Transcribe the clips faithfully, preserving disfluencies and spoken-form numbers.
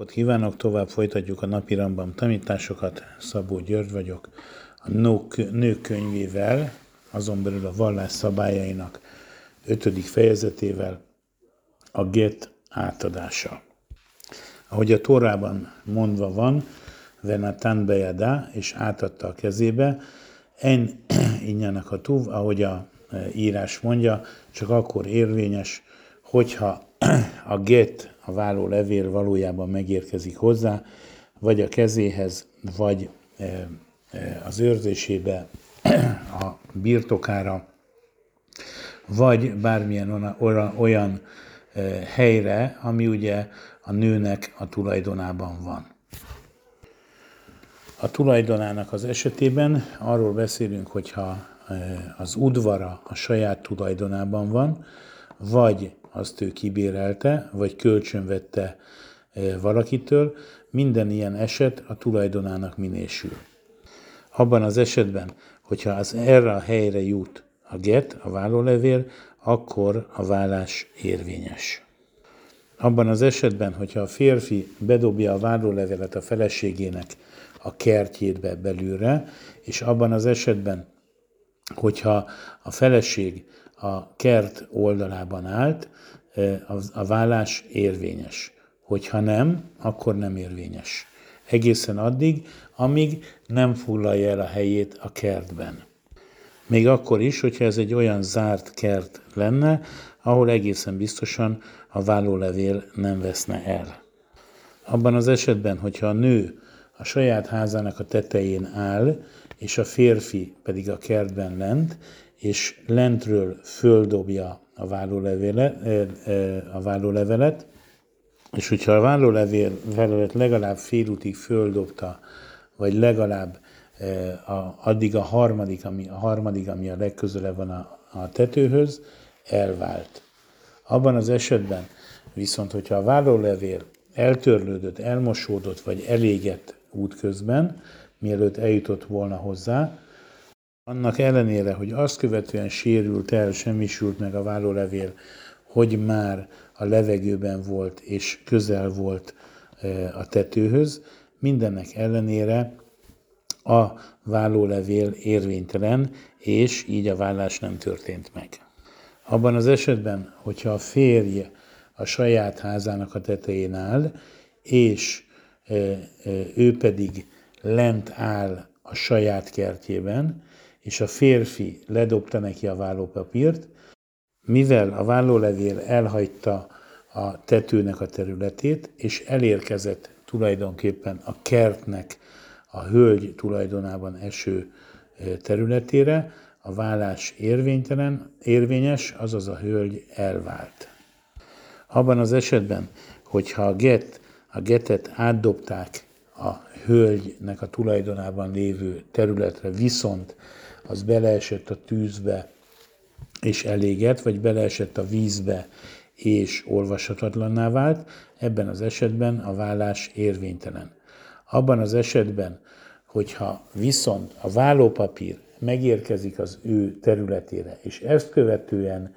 Ott kívánok, tovább folytatjuk a napi Rambam tanításokat. Szabó György vagyok. A Nők könyvével, azon belül a vallás szabályainak ötödik fejezetével, a get átadása. Ahogy a Tórában mondva van, Venatán bejadá, és átadta a kezébe, en innyanak a tuv, ahogy a írás mondja, csak akkor érvényes, hogyha a get, a váló levél valójában megérkezik hozzá, vagy a kezéhez, vagy az őrzésébe, a birtokára, vagy bármilyen olyan helyre, ami ugye a nőnek a tulajdonában van. A tulajdonának az esetében arról beszélünk, hogyha az udvara a saját tulajdonában van, vagy azt ő kibérelte, vagy kölcsönvette valakitől, minden ilyen eset a tulajdonának minősül. Abban az esetben, hogyha az erre a helyre jut a get, a vállólevél, akkor a vállás érvényes. Abban az esetben, hogyha a férfi bedobja a vállólevelet a feleségének a kertjébe belülre, és abban az esetben, hogyha a feleség a kert oldalában állt, a vállás érvényes. Hogyha nem, akkor nem érvényes. Egészen addig, amíg nem foglalja el a helyét a kertben. Még akkor is, hogyha ez egy olyan zárt kert lenne, ahol egészen biztosan a vállólevél nem veszne el. Abban az esetben, hogyha a nő a saját házának a tetején áll, és a férfi pedig a kertben lent, és lentről földobja a vállólevelet, a vállólevelet, és hogyha a vállólevelet legalább félútig földobta, vagy legalább addig a harmadik, ami a, harmadik, ami a legközelebb van a, a tetőhöz, elvált. Abban az esetben viszont, hogyha a vállólevél eltörlődött, elmosódott, vagy elégett útközben, mielőtt eljutott volna hozzá, annak ellenére, hogy azt követően sérült el, semmisült meg a vállólevél, hogy már a levegőben volt és közel volt a tetőhöz, mindennek ellenére a vállólevél érvénytelen, és így a vállás nem történt meg. Abban az esetben, hogyha a férj a saját házának a tetején áll, és ő pedig lent áll a saját kertjében, és a férfi ledobta neki a vállópapírt, mivel a vállólevél elhagyta a tetőnek a területét, és elérkezett tulajdonképpen a kertnek a hölgy tulajdonában eső területére, a vállás érvénytelen, érvényes, azaz a hölgy elvált. Abban az esetben, hogyha a get, a getet átdobták a hölgynek a tulajdonában lévő területre, viszont az beleesett a tűzbe és elégett, vagy beleesett a vízbe és olvashatatlanná vált, ebben az esetben a vállás érvénytelen. Abban az esetben, hogyha viszont a vállópapír megérkezik az ő területére, és ezt követően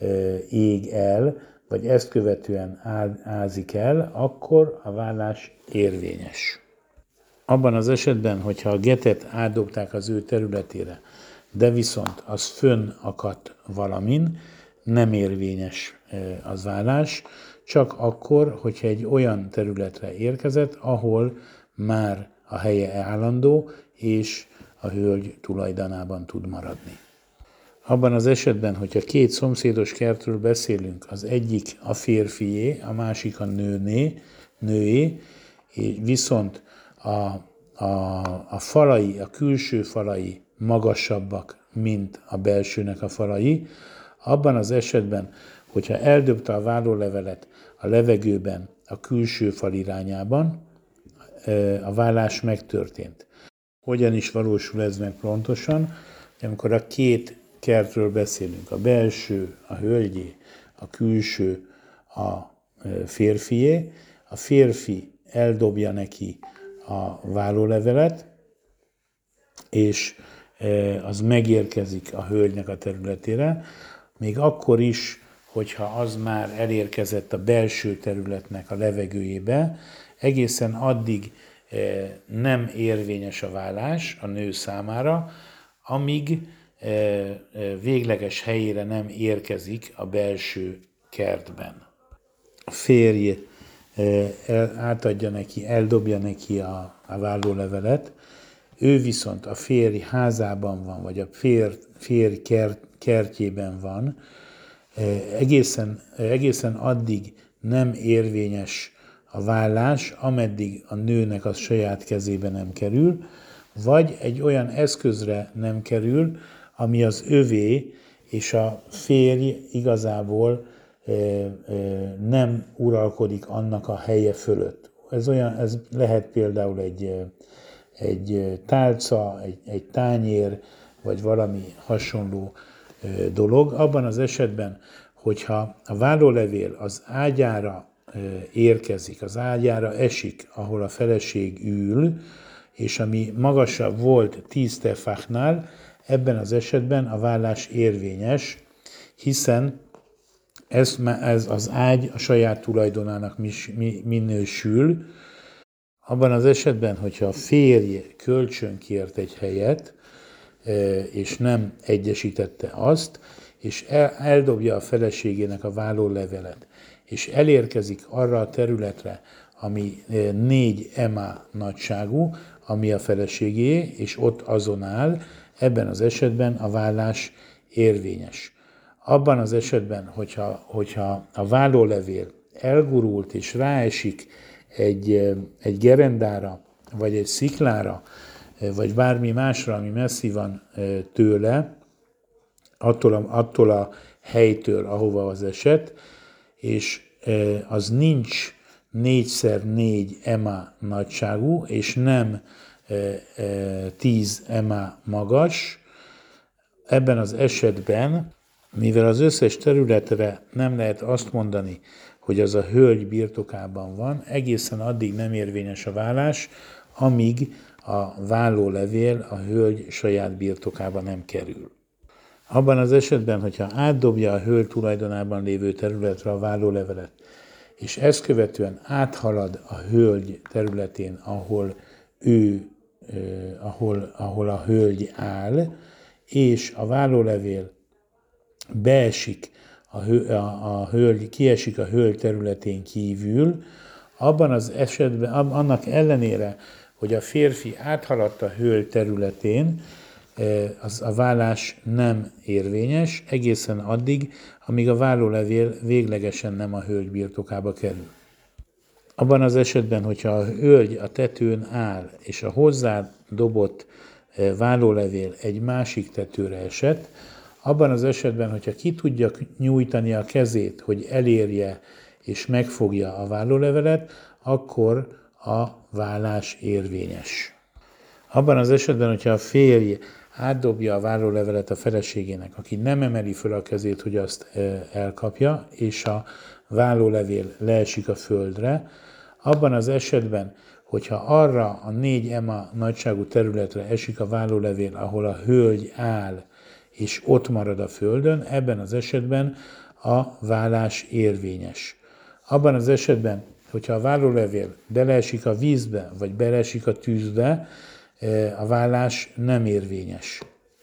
ég el, vagy ezt követően ázik el, akkor a vállás érvényes. Abban az esetben, hogyha a getet átdobták az ő területére, de viszont az fönn akadt valamin, nem érvényes az vállás, csak akkor, hogyha egy olyan területre érkezett, ahol már a helye állandó, és a hölgy tulajdonában tud maradni. Abban az esetben, hogyha két szomszédos kertről beszélünk, az egyik a férfié, a másik a nőné, nőé, és viszont a, a, a falai, a külső falai magasabbak, mint a belsőnek a falai, abban az esetben, hogyha eldobta a vállólevelet a levegőben a külső fal irányában, a vállás megtörtént. Hogyan is valósul ez meg pontosan? Amikor a két kertről beszélünk, a belső a hölgyé, a külső a férfié, a férfi eldobja neki a vállólevelet, és az megérkezik a hölgynek a területére, még akkor is, hogyha az már elérkezett a belső területnek a levegőjébe, egészen addig nem érvényes a vállás a nő számára, amíg végleges helyére nem érkezik a belső kertben. A férj átadja neki, eldobja neki a, a vállólevelet, ő viszont a férj házában van, vagy a férj, férj kert, kertjében van, egészen, egészen addig nem érvényes a vállás, ameddig a nőnek a saját kezébe nem kerül, vagy egy olyan eszközre nem kerül, ami az övé, és a férj igazából nem uralkodik annak a helye fölött. Ez, olyan, ez lehet például egy, egy tálca, egy, egy tányér, vagy valami hasonló dolog. Abban az esetben, hogyha a vállólevél az ágyára érkezik, az ágyára esik, ahol a feleség ül, és ami magasabb volt tíz tefachnál, ebben az esetben a vállás érvényes, hiszen ez, ez az ágy a saját tulajdonának minősül. Abban az esetben, hogyha a férj kölcsönkért egy helyet, és nem egyesítette azt, és eldobja a feleségének a vállólevelet, és elérkezik arra a területre, ami négy emá nagyságú, ami a feleségé, és ott azon áll, ebben az esetben a vállás érvényes. Abban az esetben, hogyha, hogyha a vállólevél elgurult és ráesik egy, egy gerendára, vagy egy sziklára, vagy bármi másra, ami messzi van tőle, attól a, attól a helytől, ahova az esett, és az nincs négyszer négy emá nagyságú, és nem tíz emá magas. Ebben az esetben, mivel az összes területre nem lehet azt mondani, hogy az a hölgy birtokában van, egészen addig nem érvényes a vállás, amíg a vállólevél a hölgy saját birtokába nem kerül. Abban az esetben, hogyha átdobja a hölgy tulajdonában lévő területre a vállólevelet, és ezt követően áthalad a hölgy területén, ahol ő, eh, ahol, ahol a hölgy áll, és a vállólevél beesik, a, hő, a, a hölgy, kiesik a hölgy területén kívül, abban az esetben, annak ellenére, hogy a férfi áthaladt a hölgy területén, az a vállás nem érvényes, egészen addig, amíg a vállólevél véglegesen nem a hölgy birtokába kerül. Abban az esetben, hogyha a hölgy a tetőn áll, és a hozzá dobott vállólevél egy másik tetőre esett, abban az esetben, hogyha ki tudja nyújtani a kezét, hogy elérje és megfogja a vállólevelet, akkor a vállás érvényes. Abban az esetben, hogyha a férj átdobja a vállólevelet a feleségének, aki nem emeli föl a kezét, hogy azt elkapja, és a vállólevél leesik a földre, abban az esetben, hogyha arra a négy emá nagyságú területre esik a vállólevél, ahol a hölgy áll, és ott marad a földön, ebben az esetben a vállás érvényes. Abban az esetben, hogyha a vállólevél beleesik a vízbe, vagy beleesik a tűzbe, a vállás nem érvényes.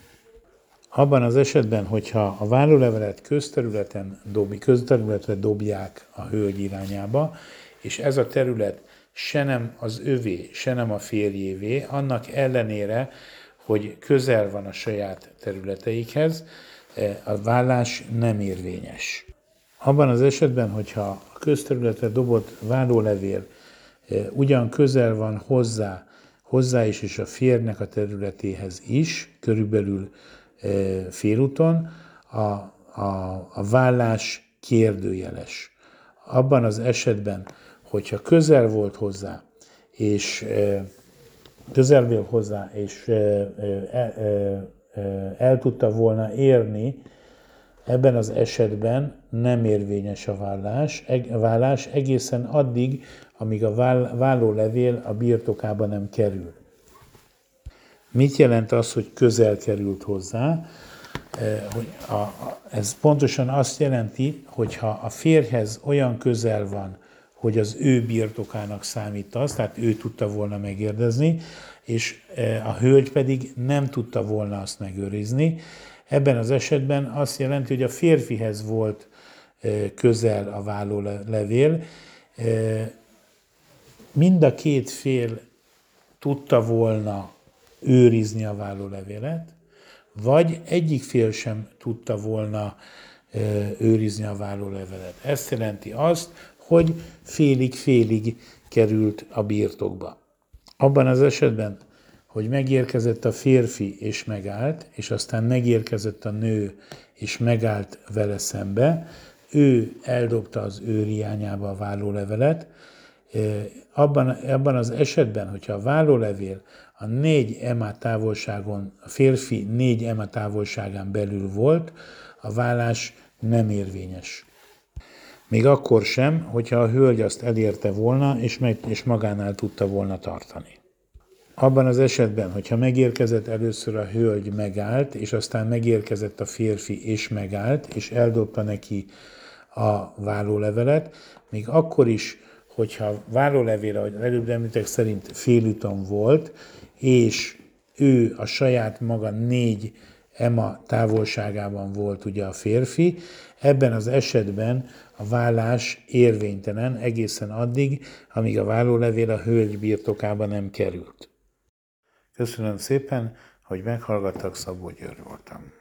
Abban az esetben, hogyha a vállólevelet közterületen dobi, közterületre dobják a hölgy irányába, és ez a terület se nem az övé, se nem a férjévé, annak ellenére, hogy közel van a saját területeikhez, a vállás nem érvényes. Abban az esetben, hogyha a közterületre dobott vállólevél ugyan közel van hozzá, hozzá is, és a férjnek a területéhez is, körülbelül félúton, a, a, a vállás kérdőjeles. Abban az esetben, hogyha közel volt hozzá, és közel volt hozzá, és el, el tudta volna érni, ebben az esetben nem érvényes a vállás, a vállás egészen addig, amíg a vállólevél a birtokába nem kerül. Mit jelent az, hogy közel került hozzá? hogy a, a, ez pontosan azt jelenti, hogy ha a férjhez olyan közel van, hogy az ő birtokának számít az, tehát ő tudta volna megérdezni, és a hölgy pedig nem tudta volna azt megőrizni. Ebben az esetben azt jelenti, hogy a férfihez volt közel a vállólevél. Mind a két fél tudta volna őrizni a vállólevélet, vagy egyik fél sem tudta volna őrizni a vállólevelet. Ez jelenti azt, hogy félig-félig került a birtokba. Abban az esetben, hogy megérkezett a férfi és megállt, és aztán megérkezett a nő és megállt vele szembe, ő eldobta az ő hiányába a vállólevelet. Abban, abban az esetben, hogyha a vállólevél a négy ema távolságon, a férfi négy ema távolságán belül volt, a vállás nem érvényes. Még akkor sem, hogyha a hölgy azt elérte volna, és, meg, és magánál tudta volna tartani. Abban az esetben, hogyha megérkezett először a hölgy, megállt, és aztán megérkezett a férfi és megállt, és eldobta neki a vállólevelet, még akkor is, hogyha a vállólevél, ahogy előbb említek szerint félúton volt, és ő a saját maga négy ema távolságában volt ugye a férfi, ebben az esetben a vállás érvénytelen egészen addig, amíg a vállólevél a hölgy birtokába nem került. Köszönöm szépen, hogy meghallgattak, Szabó György voltam.